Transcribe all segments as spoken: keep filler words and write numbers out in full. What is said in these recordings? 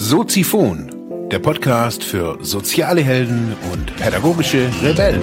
Soziphon, der Podcast für soziale Helden und pädagogische Rebellen.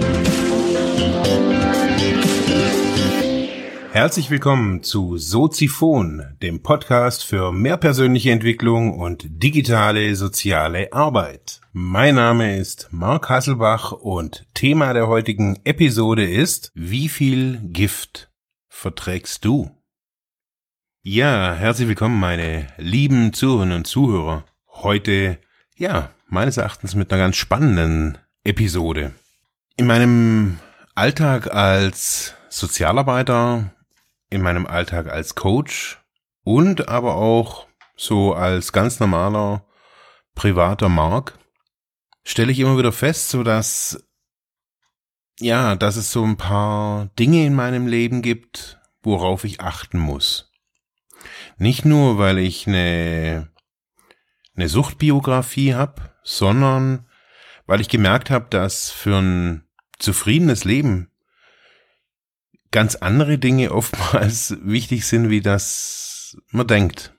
Herzlich willkommen zu Soziphon, dem Podcast für mehr persönliche Entwicklung und digitale soziale Arbeit. Mein Name ist Marc Hasselbach und Thema der heutigen Episode ist: Wie viel Gift verträgst du? Ja, herzlich willkommen, meine lieben Zuhörerinnen und Zuhörer. Heute, ja, meines Erachtens mit einer ganz spannenden Episode. In meinem Alltag als Sozialarbeiter, in meinem Alltag als Coach und aber auch so als ganz normaler privater Marc stelle ich immer wieder fest, so dass, ja, dass es so ein paar Dinge in meinem Leben gibt, worauf ich achten muss. Nicht nur, weil ich eine, eine Suchtbiografie habe, sondern weil ich gemerkt habe, dass für ein zufriedenes Leben ganz andere Dinge oftmals wichtig sind, wie das man denkt.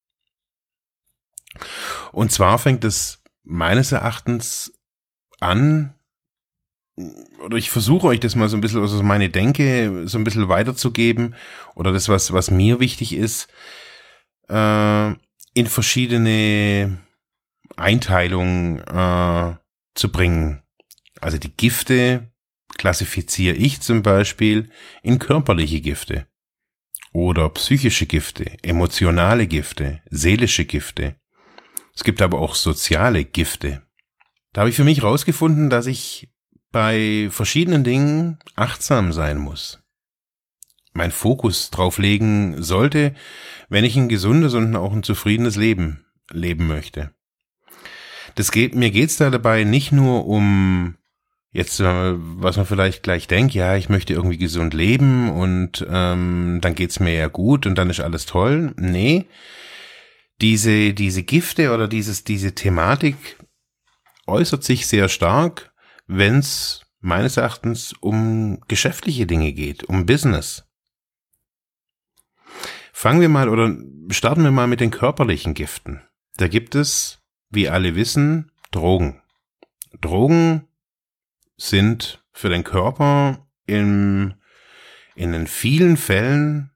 Und zwar fängt es meines Erachtens an, oder ich versuche euch das mal so ein bisschen, also meine Denke so ein bisschen weiterzugeben, oder das, was, was mir wichtig ist, äh, in verschiedene Einteilungen äh, zu bringen. Also die Gifte klassifiziere ich zum Beispiel in körperliche Gifte oder psychische Gifte, emotionale Gifte, seelische Gifte. Es gibt aber auch soziale Gifte. Da habe ich für mich rausgefunden, dass ich bei verschiedenen Dingen achtsam sein muss. Mein Fokus drauf legen sollte, wenn ich ein gesundes und auch ein zufriedenes Leben leben möchte. Das geht, mir geht's da dabei nicht nur um jetzt, was man vielleicht gleich denkt, ja, ich möchte irgendwie gesund leben und ähm, dann geht's mir ja gut und dann ist alles toll. Nee, diese diese Gifte oder dieses diese Thematik äußert sich sehr stark, wenn's meines Erachtens um geschäftliche Dinge geht, um Business. Fangen wir mal oder starten wir mal mit den körperlichen Giften. Da gibt es, wie alle wissen, Drogen. Drogen sind für den Körper in, in den vielen Fällen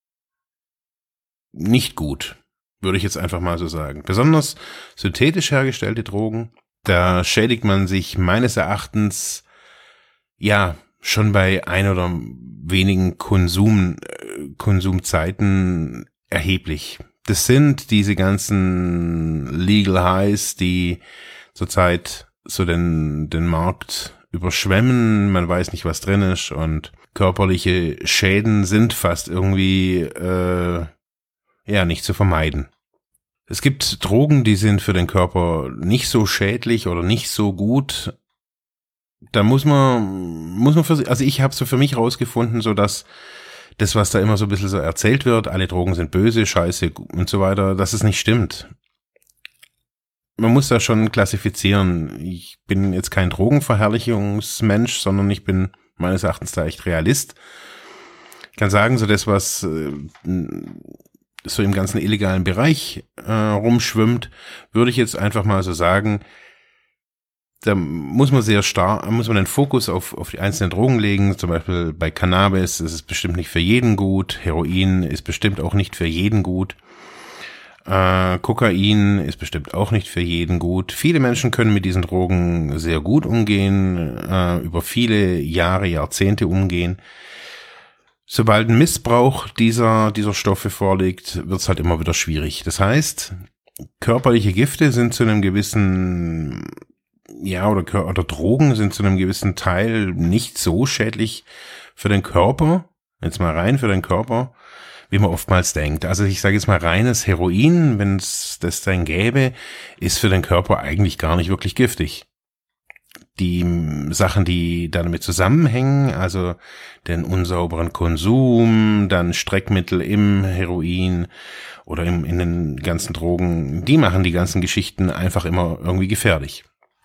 nicht gut, würde ich jetzt einfach mal so sagen. Besonders synthetisch hergestellte Drogen, da schädigt man sich meines Erachtens ja schon bei ein oder wenigen Konsum, Konsumzeiten erheblich. Das sind diese ganzen Legal Highs, die zurzeit so den, den Markt überschwemmen. Man weiß nicht, was drin ist und körperliche Schäden sind fast irgendwie äh, ja nicht zu vermeiden. Es gibt Drogen, die sind für den Körper nicht so schädlich oder nicht so gut. Da muss man, muss man für, also ich habe so für mich rausgefunden, so dass das, was da immer so ein bisschen so erzählt wird, alle Drogen sind böse, scheiße und so weiter, dass es nicht stimmt. Man muss da schon klassifizieren. Ich bin jetzt kein Drogenverherrlichungsmensch, sondern ich bin meines Erachtens da echt Realist. Ich kann sagen, so das, was äh, so im ganzen illegalen Bereich äh, rumschwimmt, würde ich jetzt einfach mal so sagen, da muss man sehr stark, muss man den Fokus auf, auf die einzelnen Drogen legen. Zum Beispiel bei Cannabis ist es bestimmt nicht für jeden gut. Heroin ist bestimmt auch nicht für jeden gut. Äh, Kokain ist bestimmt auch nicht für jeden gut. Viele Menschen können mit diesen Drogen sehr gut umgehen, äh, über viele Jahre, Jahrzehnte umgehen. Sobald ein Missbrauch dieser, dieser Stoffe vorliegt, wird es halt immer wieder schwierig. Das heißt, körperliche Gifte sind zu einem gewissen Ja, oder, oder Drogen sind zu einem gewissen Teil nicht so schädlich für den Körper, jetzt mal rein für den Körper, wie man oftmals denkt. Also ich sage jetzt mal reines Heroin, wenn es das dann gäbe, ist für den Körper eigentlich gar nicht wirklich giftig. Die Sachen, die damit zusammenhängen, also den unsauberen Konsum, dann Streckmittel im Heroin oder im, in den ganzen Drogen, die machen die ganzen Geschichten einfach immer irgendwie gefährlich.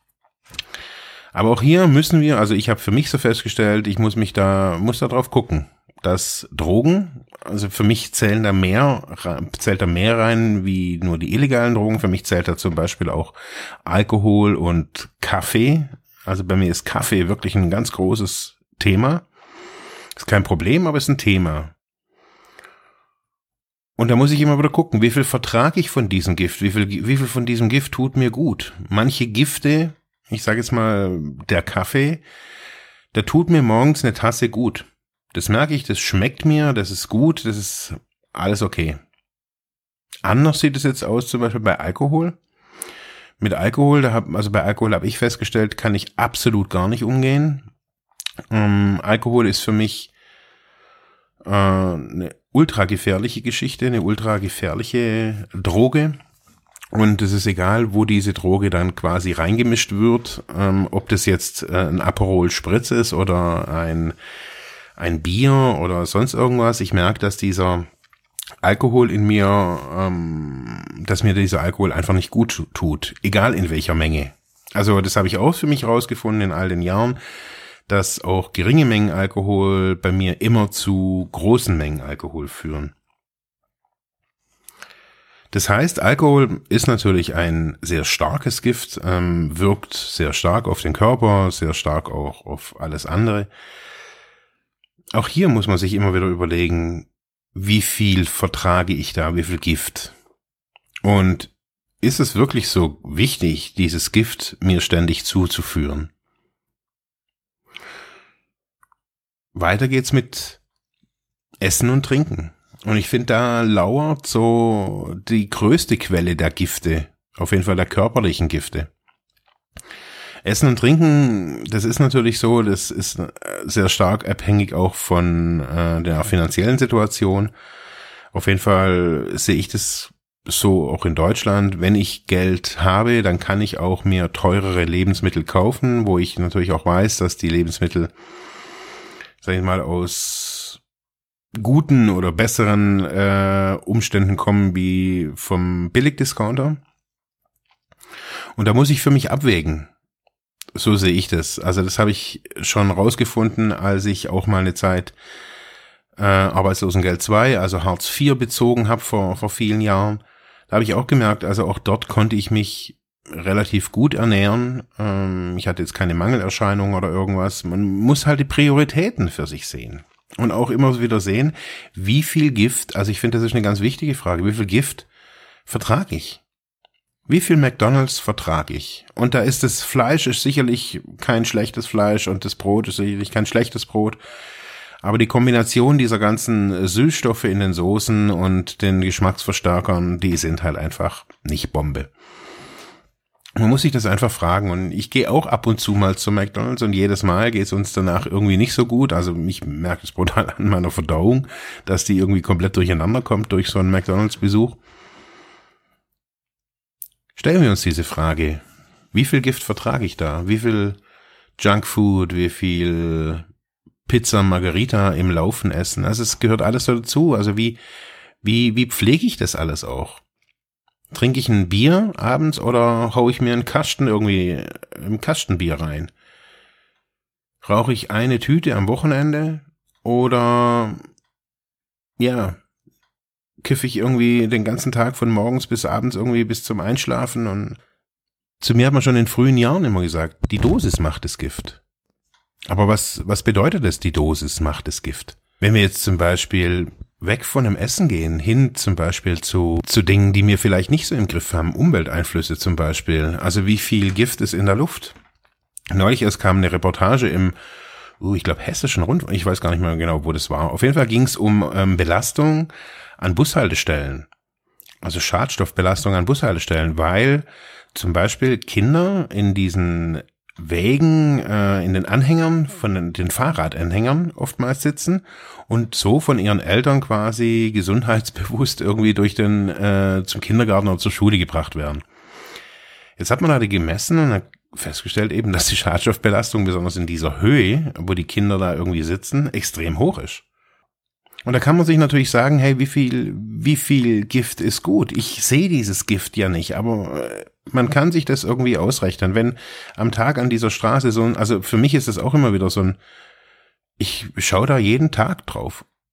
Aber auch hier müssen wir, also ich habe für mich so festgestellt, ich muss mich da, muss da drauf gucken, dass Drogen also für mich zählen da mehr, zählt da mehr rein wie nur die illegalen Drogen. Für mich zählt da zum Beispiel auch Alkohol und Kaffee. Also bei mir ist Kaffee wirklich ein ganz großes Thema. Ist kein Problem, aber ist ein Thema. Und da muss ich immer wieder gucken, wie viel vertrage ich von diesem Gift, wie viel, wie viel von diesem Gift tut mir gut. Manche Gifte, ich sage jetzt mal der Kaffee, der tut mir morgens eine Tasse gut. Das merke ich, das schmeckt mir, das ist gut, das ist alles okay. Anders sieht es jetzt aus, zum Beispiel bei Alkohol. Mit Alkohol, da hab, also bei Alkohol habe ich festgestellt, kann ich absolut gar nicht umgehen. Ähm, Alkohol ist für mich äh, eine ultra gefährliche Geschichte, eine ultra gefährliche Droge. Und es ist egal, wo diese Droge dann quasi reingemischt wird, ähm, ob das jetzt äh, ein Aperol Spritz ist oder ein, ein Bier oder sonst irgendwas. Ich merke, dass dieser Alkohol in mir, ähm, dass mir dieser Alkohol einfach nicht gut tut, egal in welcher Menge. Also das habe ich auch für mich rausgefunden in all den Jahren, dass auch geringe Mengen Alkohol bei mir immer zu großen Mengen Alkohol führen. Das heißt, Alkohol ist natürlich ein sehr starkes Gift, ähm, wirkt sehr stark auf den Körper, sehr stark auch auf alles andere. Auch hier muss man sich immer wieder überlegen, wie viel vertrage ich da, wie viel Gift? Und ist es wirklich so wichtig, dieses Gift mir ständig zuzuführen? Weiter geht's mit Essen und Trinken. Und ich finde, da lauert so die größte Quelle der Gifte, auf jeden Fall der körperlichen Gifte. Essen und Trinken, das ist natürlich so, das ist sehr stark abhängig auch von äh, der finanziellen Situation. Auf jeden Fall sehe ich das so auch in Deutschland. Wenn ich Geld habe, dann kann ich auch mir teurere Lebensmittel kaufen, wo ich natürlich auch weiß, dass die Lebensmittel, sag ich mal, aus guten oder besseren äh, Umständen kommen wie vom Billigdiscounter. Und da muss ich für mich abwägen. So sehe ich das. Also das habe ich schon rausgefunden, als ich auch mal eine Zeit äh, Arbeitslosengeld zwei, also Hartz vier bezogen habe vor vor vielen Jahren. Da habe ich auch gemerkt, also auch dort konnte ich mich relativ gut ernähren. Ähm, ich hatte jetzt keine Mangelerscheinungen oder irgendwas. Man muss halt die Prioritäten für sich sehen. Und auch immer wieder sehen, wie viel Gift, also ich finde, das ist eine ganz wichtige Frage, wie viel Gift vertrage ich? Wie viel McDonald's vertrage ich? Und da ist das Fleisch ist sicherlich kein schlechtes Fleisch und das Brot ist sicherlich kein schlechtes Brot. Aber die Kombination dieser ganzen Süßstoffe in den Soßen und den Geschmacksverstärkern, die sind halt einfach nicht Bombe. Man muss sich das einfach fragen und ich gehe auch ab und zu mal zu McDonald's und jedes Mal geht es uns danach irgendwie nicht so gut. Also ich merke es brutal an meiner Verdauung, dass die irgendwie komplett durcheinander kommt durch so einen McDonald's-Besuch. Stellen wir uns diese Frage, wie viel Gift vertrage ich da? Wie viel Junkfood, wie viel Pizza Margherita im Laufen essen? Also es gehört alles so dazu. Also wie, wie, wie pflege ich das alles auch? Trinke ich ein Bier abends oder haue ich mir einen Kasten irgendwie im Kastenbier rein? Rauche ich eine Tüte am Wochenende oder ja, kiffe ich irgendwie den ganzen Tag von morgens bis abends irgendwie bis zum Einschlafen? Und zu mir hat man schon in frühen Jahren immer gesagt, die Dosis macht das Gift. Aber was, was bedeutet es, die Dosis macht das Gift? Wenn wir jetzt zum Beispiel weg von dem Essen gehen, hin zum Beispiel zu, zu Dingen, die wir vielleicht nicht so im Griff haben, Umwelteinflüsse zum Beispiel. Also wie viel Gift ist in der Luft? Neulich erst kam eine Reportage im, uh, ich glaube, Hessischen Rundfunk, ich weiß gar nicht mehr genau, wo das war. Auf jeden Fall ging es um ähm, Belastung an Bushaltestellen. Also Schadstoffbelastung an Bushaltestellen, weil zum Beispiel Kinder in diesen Wägen, äh, in den Anhängern, von den, den Fahrradanhängern oftmals sitzen und so von ihren Eltern quasi gesundheitsbewusst irgendwie durch den, äh, zum Kindergarten oder zur Schule gebracht werden. Jetzt hat man da die gemessen und hat festgestellt eben, dass die Schadstoffbelastung besonders in dieser Höhe, wo die Kinder da irgendwie sitzen, extrem hoch ist. Und da kann man sich natürlich sagen, hey, wie viel, wie viel Gift ist gut? Ich sehe dieses Gift ja nicht, aber man kann sich das irgendwie ausrechnen. Wenn am Tag an dieser Straße so ein, also für mich ist das auch immer wieder so ein, ich schaue da jeden Tag drauf.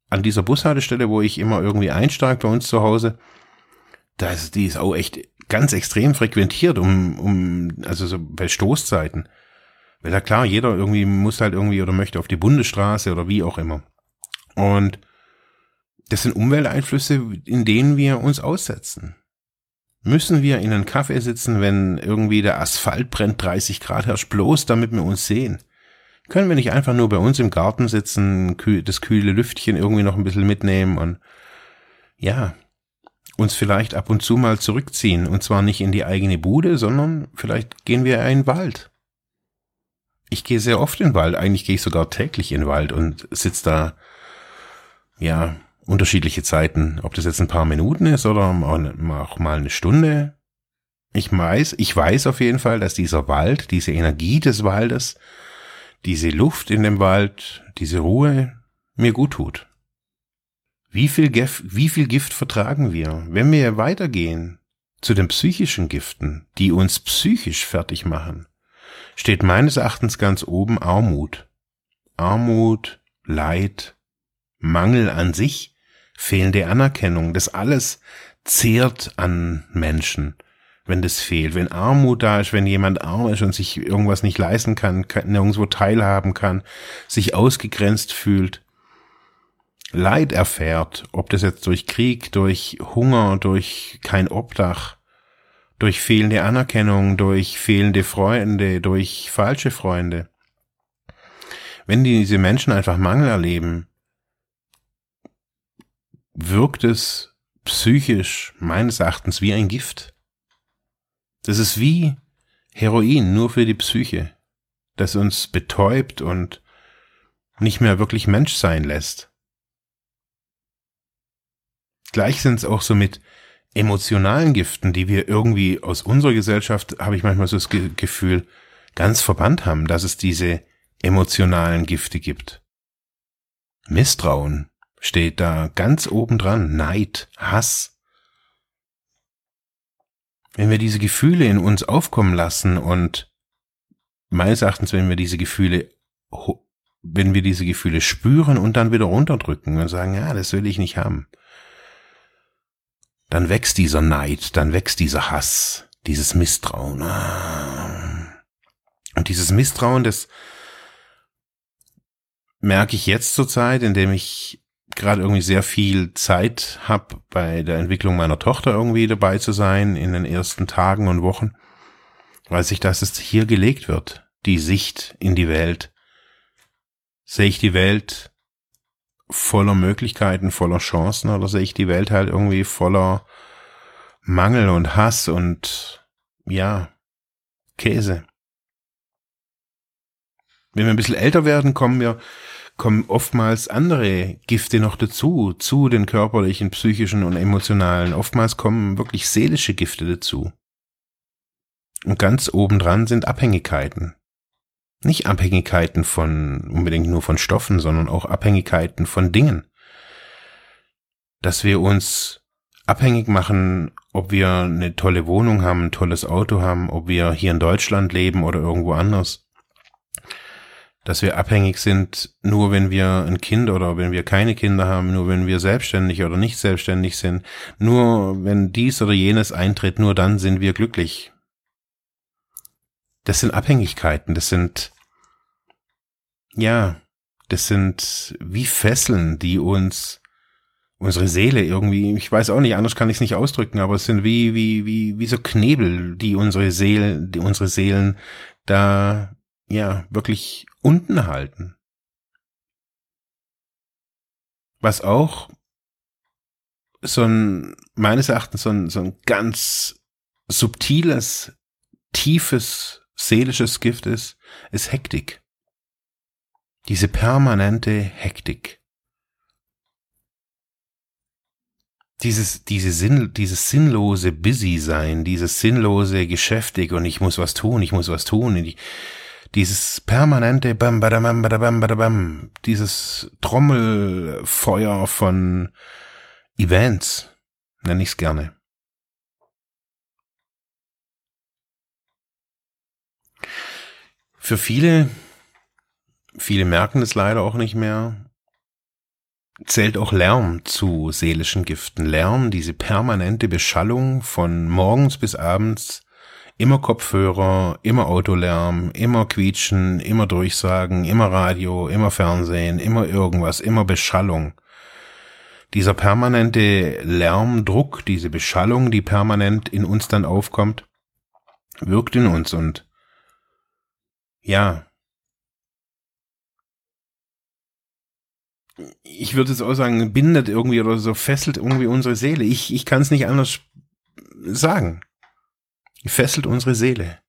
an dieser Bushaltestelle, wo ich immer irgendwie einsteige bei uns zu Hause, das, die ist auch echt ganz extrem frequentiert, um, um, also so bei Stoßzeiten. Weil ja klar, jeder irgendwie muss halt irgendwie oder möchte auf die Bundesstraße oder wie auch immer. Und das sind Umwelteinflüsse, in denen wir uns aussetzen. Müssen wir in einen Café sitzen, wenn irgendwie der Asphalt brennt, dreißig Grad herrscht, bloß damit wir uns sehen? Können wir nicht einfach nur bei uns im Garten sitzen, das kühle Lüftchen irgendwie noch ein bisschen mitnehmen und ja, uns vielleicht ab und zu mal zurückziehen, und zwar nicht in die eigene Bude, sondern vielleicht gehen wir in den Wald. Ich gehe sehr oft in den Wald, eigentlich gehe ich sogar täglich in den Wald und sitze da, ja, unterschiedliche Zeiten, ob das jetzt ein paar Minuten ist oder auch mal eine Stunde. Ich weiß, ich weiß auf jeden Fall, dass dieser Wald, diese Energie des Waldes, diese Luft in dem Wald, diese Ruhe mir gut tut. Wie viel, Gef- wie viel Gift vertragen wir, wenn wir weitergehen zu den psychischen Giften, die uns psychisch fertig machen? Steht meines Erachtens ganz oben Armut. Armut, Leid, Mangel an sich, fehlende Anerkennung, das alles zehrt an Menschen, wenn das fehlt. Wenn Armut da ist, wenn jemand arm ist und sich irgendwas nicht leisten kann, nirgendwo teilhaben kann, sich ausgegrenzt fühlt, Leid erfährt, ob das jetzt durch Krieg, durch Hunger, durch kein Obdach, durch fehlende Anerkennung, durch fehlende Freunde, durch falsche Freunde. Wenn diese Menschen einfach Mangel erleben, wirkt es psychisch meines Erachtens wie ein Gift. Das ist wie Heroin, nur für die Psyche, das uns betäubt und nicht mehr wirklich Mensch sein lässt. Gleich sind es auch so mit emotionalen Giften, die wir irgendwie aus unserer Gesellschaft, habe ich manchmal so das Ge- Gefühl, ganz verbannt haben, dass es diese emotionalen Gifte gibt. Misstrauen steht da ganz oben dran, Neid, Hass. Wenn wir diese Gefühle in uns aufkommen lassen und meines Erachtens, wenn wir diese Gefühle, wenn wir diese Gefühle spüren und dann wieder runterdrücken und sagen, ja, das will ich nicht haben, dann wächst dieser Neid, dann wächst dieser Hass, dieses Misstrauen. Und dieses Misstrauen, das merke ich jetzt zur Zeit, indem ich gerade irgendwie sehr viel Zeit habe, bei der Entwicklung meiner Tochter irgendwie dabei zu sein, in den ersten Tagen und Wochen, weiß ich, dass es hier gelegt wird, die Sicht in die Welt. Sehe ich die Welt voller Möglichkeiten, voller Chancen, oder sehe ich die Welt halt irgendwie voller Mangel und Hass und, ja, Käse? Wenn wir ein bisschen älter werden, kommen wir, kommen oftmals andere Gifte noch dazu, zu den körperlichen, psychischen und emotionalen. Oftmals kommen wirklich seelische Gifte dazu. Und ganz obendran sind Abhängigkeiten. Nicht Abhängigkeiten von, unbedingt nur von Stoffen, sondern auch Abhängigkeiten von Dingen. Dass wir uns abhängig machen, ob wir eine tolle Wohnung haben, ein tolles Auto haben, ob wir hier in Deutschland leben oder irgendwo anders. Dass wir abhängig sind, nur wenn wir ein Kind oder wenn wir keine Kinder haben, nur wenn wir selbstständig oder nicht selbstständig sind, nur wenn dies oder jenes eintritt, nur dann sind wir glücklich. Das sind Abhängigkeiten, das sind, ja, das sind wie Fesseln, die uns, unsere Seele irgendwie, ich weiß auch nicht, anders kann ich es nicht ausdrücken, aber es sind wie, wie, wie, wie so Knebel, die unsere Seele, die unsere Seelen da, ja, wirklich unten halten. Was auch so ein, meines Erachtens so ein, so ein ganz subtiles, tiefes, seelisches Gift ist, ist Hektik. Diese permanente Hektik. Dieses, diese Sinn, dieses sinnlose Busy-Sein, dieses sinnlose Geschäftig und ich muss was tun, ich muss was tun. Ich, dieses permanente Bam, badabam, badabam, badabam, dieses Trommelfeuer von Events, nenne ich es gerne. Für viele, viele merken es leider auch nicht mehr, zählt auch Lärm zu seelischen Giften. Lärm, diese permanente Beschallung von morgens bis abends, immer Kopfhörer, immer Autolärm, immer Quietschen, immer Durchsagen, immer Radio, immer Fernsehen, immer irgendwas, immer Beschallung. Dieser permanente Lärmdruck, diese Beschallung, die permanent in uns dann aufkommt, wirkt in uns und ja, ich würde es auch sagen, bindet irgendwie oder so, fesselt irgendwie unsere Seele. Ich, ich kann es nicht anders sagen. Fesselt unsere Seele.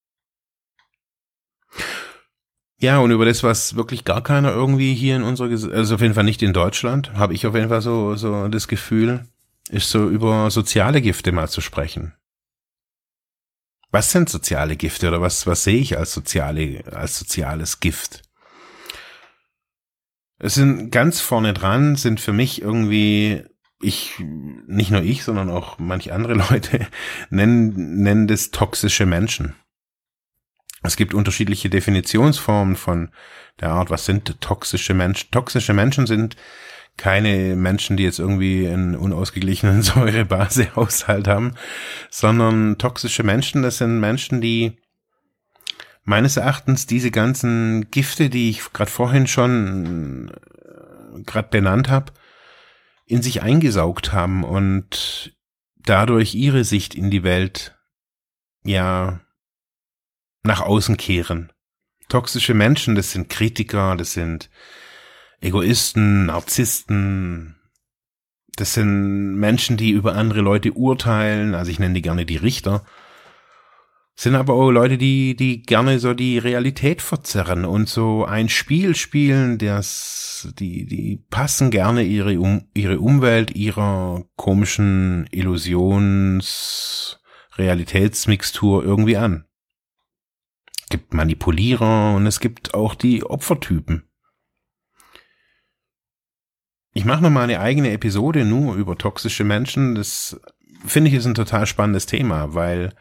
Ja, und über das, was wirklich gar keiner irgendwie hier in unserer Gesellschaft, also auf jeden Fall nicht in Deutschland, habe ich auf jeden Fall so, so das Gefühl, ist so über soziale Gifte mal zu sprechen. Was sind soziale Gifte oder was, was sehe ich als soziale, als soziales Gift? Es sind ganz vorne dran, sind für mich irgendwie, ich, nicht nur ich, sondern auch manch andere Leute nennen, nennen das toxische Menschen. Es gibt unterschiedliche Definitionsformen von der Art, was sind toxische Menschen? Toxische Menschen sind keine Menschen, die jetzt irgendwie einen unausgeglichenen Säurebasehaushalt haben, sondern toxische Menschen, das sind Menschen, die meines Erachtens diese ganzen Gifte, die ich gerade vorhin schon gerade benannt habe, in sich eingesaugt haben und dadurch ihre Sicht in die Welt ja nach außen kehren. Toxische Menschen, das sind Kritiker, das sind Egoisten, Narzissten, das sind Menschen, die über andere Leute urteilen, also ich nenne die gerne die Richter, sind aber auch Leute, die die gerne so die Realität verzerren und so ein Spiel spielen, das die die passen gerne ihre um, ihre Umwelt ihrer komischen Illusions-Realitätsmixtur irgendwie an. Es gibt Manipulierer und es gibt auch die Opfertypen. Ich mache noch mal eine eigene Episode nur über toxische Menschen. Das finde ich ist ein total spannendes Thema, weil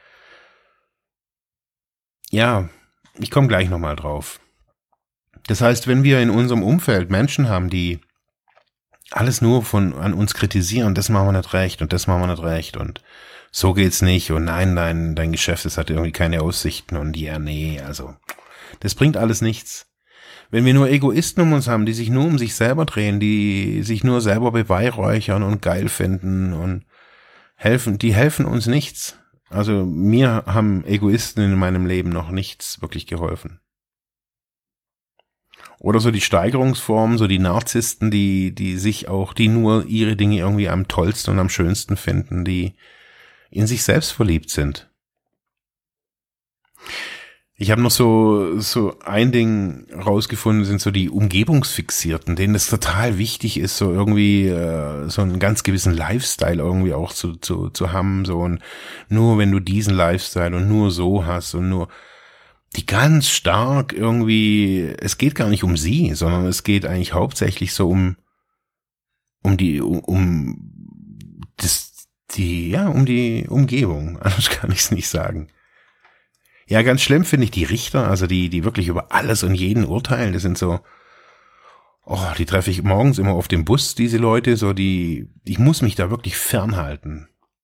ja, ich komme gleich noch mal drauf. Das heißt, wenn wir in unserem Umfeld Menschen haben, die alles nur von an uns kritisieren, das machen wir nicht recht und das machen wir nicht recht und so geht's nicht und nein, nein, dein Geschäft, das hat irgendwie keine Aussichten und ja, nee, also das bringt alles nichts. Wenn wir nur Egoisten um uns haben, die sich nur um sich selber drehen, die sich nur selber beweihräuchern und geil finden und helfen, die helfen uns nichts. Also mir haben Egoisten in meinem Leben noch nichts wirklich geholfen. Oder so die Steigerungsformen, so die Narzissten, die die sich auch, die nur ihre Dinge irgendwie am tollsten und am schönsten finden, die in sich selbst verliebt sind. Ich habe noch so so ein Ding rausgefunden, sind so die Umgebungsfixierten, denen es total wichtig ist, so irgendwie äh, so einen ganz gewissen Lifestyle irgendwie auch zu zu zu haben, so und nur wenn du diesen Lifestyle und nur so hast und nur die ganz stark irgendwie, es geht gar nicht um sie, sondern es geht eigentlich hauptsächlich so um um die um, um das die ja um die Umgebung, anders kann ich es nicht sagen. Ja, ganz schlimm finde ich die Richter, also die, die wirklich über alles und jeden urteilen. Das sind so, oh, die treffe ich morgens immer auf dem Bus, diese Leute, so die, ich muss mich da wirklich fernhalten.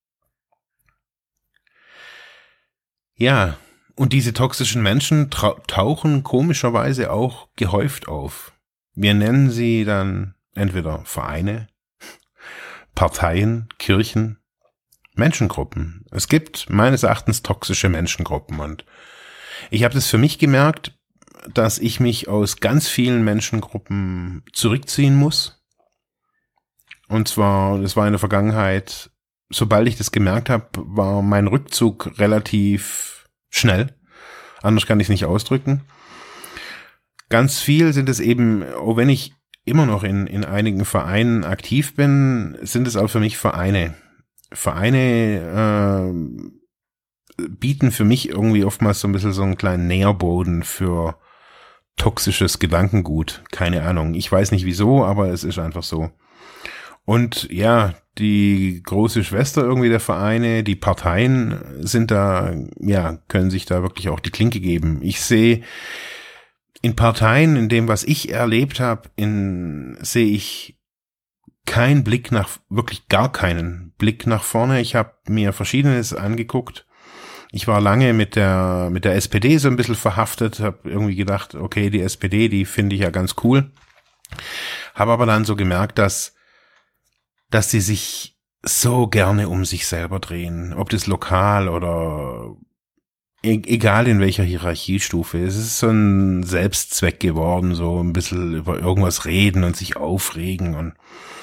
Ja, und diese toxischen Menschen tauchen komischerweise auch gehäuft auf. Wir nennen sie dann entweder Vereine, Parteien, Kirchen, Menschengruppen. Es gibt meines Erachtens toxische Menschengruppen und ich habe das für mich gemerkt, dass ich mich aus ganz vielen Menschengruppen zurückziehen muss. Und zwar, das war in der Vergangenheit, sobald ich das gemerkt habe, war mein Rückzug relativ schnell. Anders kann ich es nicht ausdrücken. Ganz viel sind es eben, auch wenn ich immer noch in, in einigen Vereinen aktiv bin, sind es auch für mich Vereine. Vereine äh, bieten für mich irgendwie oftmals so ein bisschen so einen kleinen Nährboden für toxisches Gedankengut. Keine Ahnung. Ich weiß nicht wieso, aber es ist einfach so. Und ja, die große Schwester irgendwie der Vereine, die Parteien sind da, ja, können sich da wirklich auch die Klinke geben. Ich sehe in Parteien, in dem, was ich erlebt habe, in sehe ich kein Blick nach, wirklich gar keinen Blick nach vorne. Ich habe mir Verschiedenes angeguckt. Ich war lange mit der mit der S P D so ein bisschen verhaftet, habe irgendwie gedacht, okay, die S P D, die finde ich ja ganz cool. Habe aber dann so gemerkt, dass dass sie sich so gerne um sich selber drehen, ob das lokal oder e- egal in welcher Hierarchiestufe. Es ist so ein Selbstzweck geworden, so ein bisschen über irgendwas reden und sich aufregen. Und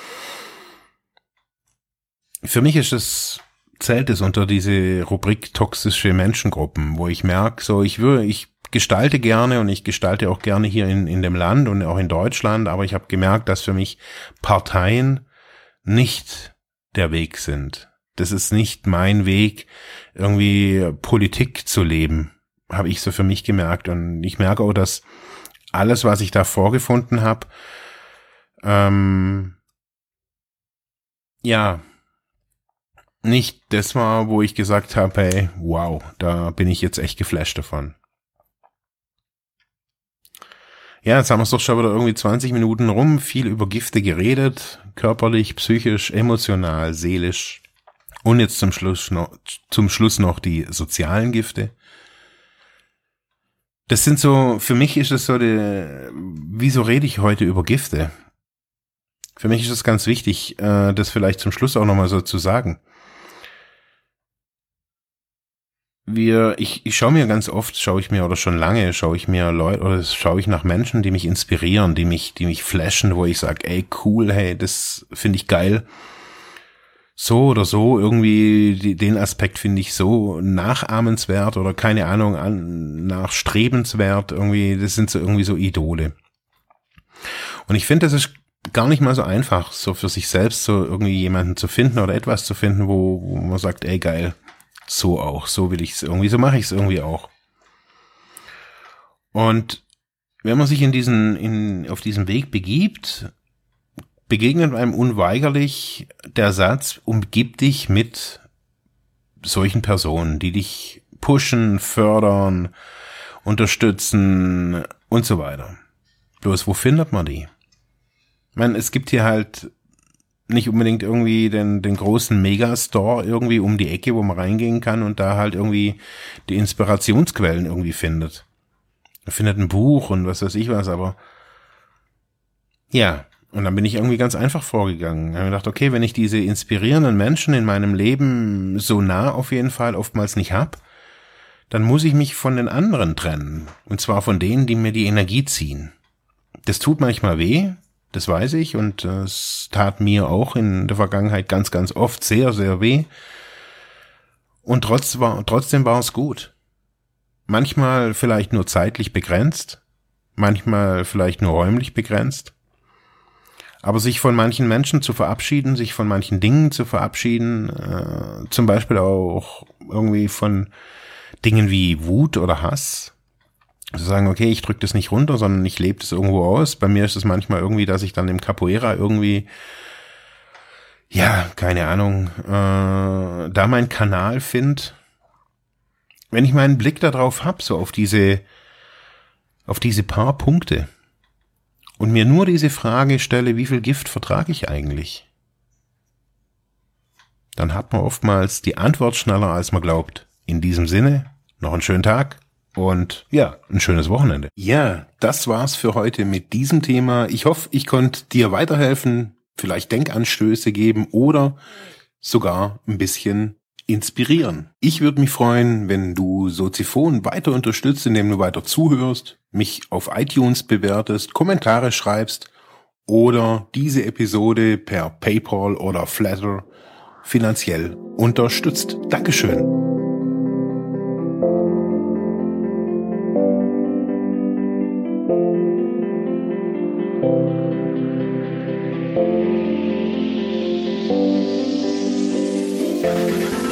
für mich ist es zählt es unter diese Rubrik toxische Menschengruppen, wo ich merke, so ich würde, ich gestalte gerne und ich gestalte auch gerne hier in in dem Land und auch in Deutschland, aber ich habe gemerkt, dass für mich Parteien nicht der Weg sind. Das ist nicht mein Weg, irgendwie Politik zu leben, habe ich so für mich gemerkt. Und ich merke auch, dass alles, was ich da vorgefunden habe, ähm, ja, nicht das war, wo ich gesagt habe, hey, wow, da bin ich jetzt echt geflasht davon. Ja, jetzt haben wir es doch schon wieder irgendwie zwanzig Minuten rum, viel über Gifte geredet, körperlich, psychisch, emotional, seelisch. Und jetzt zum Schluss noch, zum Schluss noch die sozialen Gifte. Das sind so, für mich ist es so, die, wieso rede ich heute über Gifte? Für mich ist es ganz wichtig, das vielleicht zum Schluss auch nochmal so zu sagen. Wir, ich, ich schaue mir ganz oft, schaue ich mir, oder schon lange, schaue ich mir Leute, oder schaue ich nach Menschen, die mich inspirieren, die mich, die mich flashen, wo ich sage, ey, cool, hey, das finde ich geil. So oder so, irgendwie, die, den Aspekt finde ich so nachahmenswert oder keine Ahnung, an, nachstrebenswert, irgendwie, das sind so irgendwie so Idole. Und ich finde, das ist gar nicht mal so einfach, so für sich selbst so irgendwie jemanden zu finden oder etwas zu finden, wo, wo man sagt, ey, geil. So auch, so will ich es irgendwie, so mache ich es irgendwie auch. Und wenn man sich in diesen, in, auf diesen Weg begibt, begegnet einem unweigerlich der Satz, umgib dich mit solchen Personen, die dich pushen, fördern, unterstützen und so weiter. Bloß, wo findet man die? Ich meine, es gibt hier halt nicht unbedingt irgendwie den, den großen Megastore irgendwie um die Ecke, wo man reingehen kann und da halt irgendwie die Inspirationsquellen irgendwie findet. Man findet ein Buch und was weiß ich was, aber ja, und dann bin ich irgendwie ganz einfach vorgegangen. Ich habe gedacht, okay, wenn ich diese inspirierenden Menschen in meinem Leben so nah auf jeden Fall oftmals nicht hab, dann muss ich mich von den anderen trennen. Und zwar von denen, die mir die Energie ziehen. Das tut manchmal weh. Das weiß ich und es tat mir auch in der Vergangenheit ganz, ganz oft sehr, sehr weh. Und trotz war, trotzdem war es gut. Manchmal vielleicht nur zeitlich begrenzt, manchmal vielleicht nur räumlich begrenzt. Aber sich von manchen Menschen zu verabschieden, sich von manchen Dingen zu verabschieden, äh, zum Beispiel auch irgendwie von Dingen wie Wut oder Hass, zu sagen, okay, ich drücke das nicht runter, sondern ich lebe das irgendwo aus. Bei mir ist es manchmal irgendwie, dass ich dann im Capoeira irgendwie, ja, keine Ahnung, äh, da meinen Kanal finde. Wenn ich meinen Blick darauf habe, so auf diese, auf diese paar Punkte und mir nur diese Frage stelle, wie viel Gift vertrage ich eigentlich? Dann hat man oftmals die Antwort schneller, als man glaubt. In diesem Sinne, noch einen schönen Tag. Und ja, ein schönes Wochenende. Ja, das war's für heute mit diesem Thema. Ich hoffe, ich konnte dir weiterhelfen, vielleicht Denkanstöße geben oder sogar ein bisschen inspirieren. Ich würde mich freuen, wenn du Soziphon weiter unterstützt, indem du weiter zuhörst, mich auf iTunes bewertest, Kommentare schreibst oder diese Episode per PayPal oder Flatter finanziell unterstützt. Dankeschön. Thank you.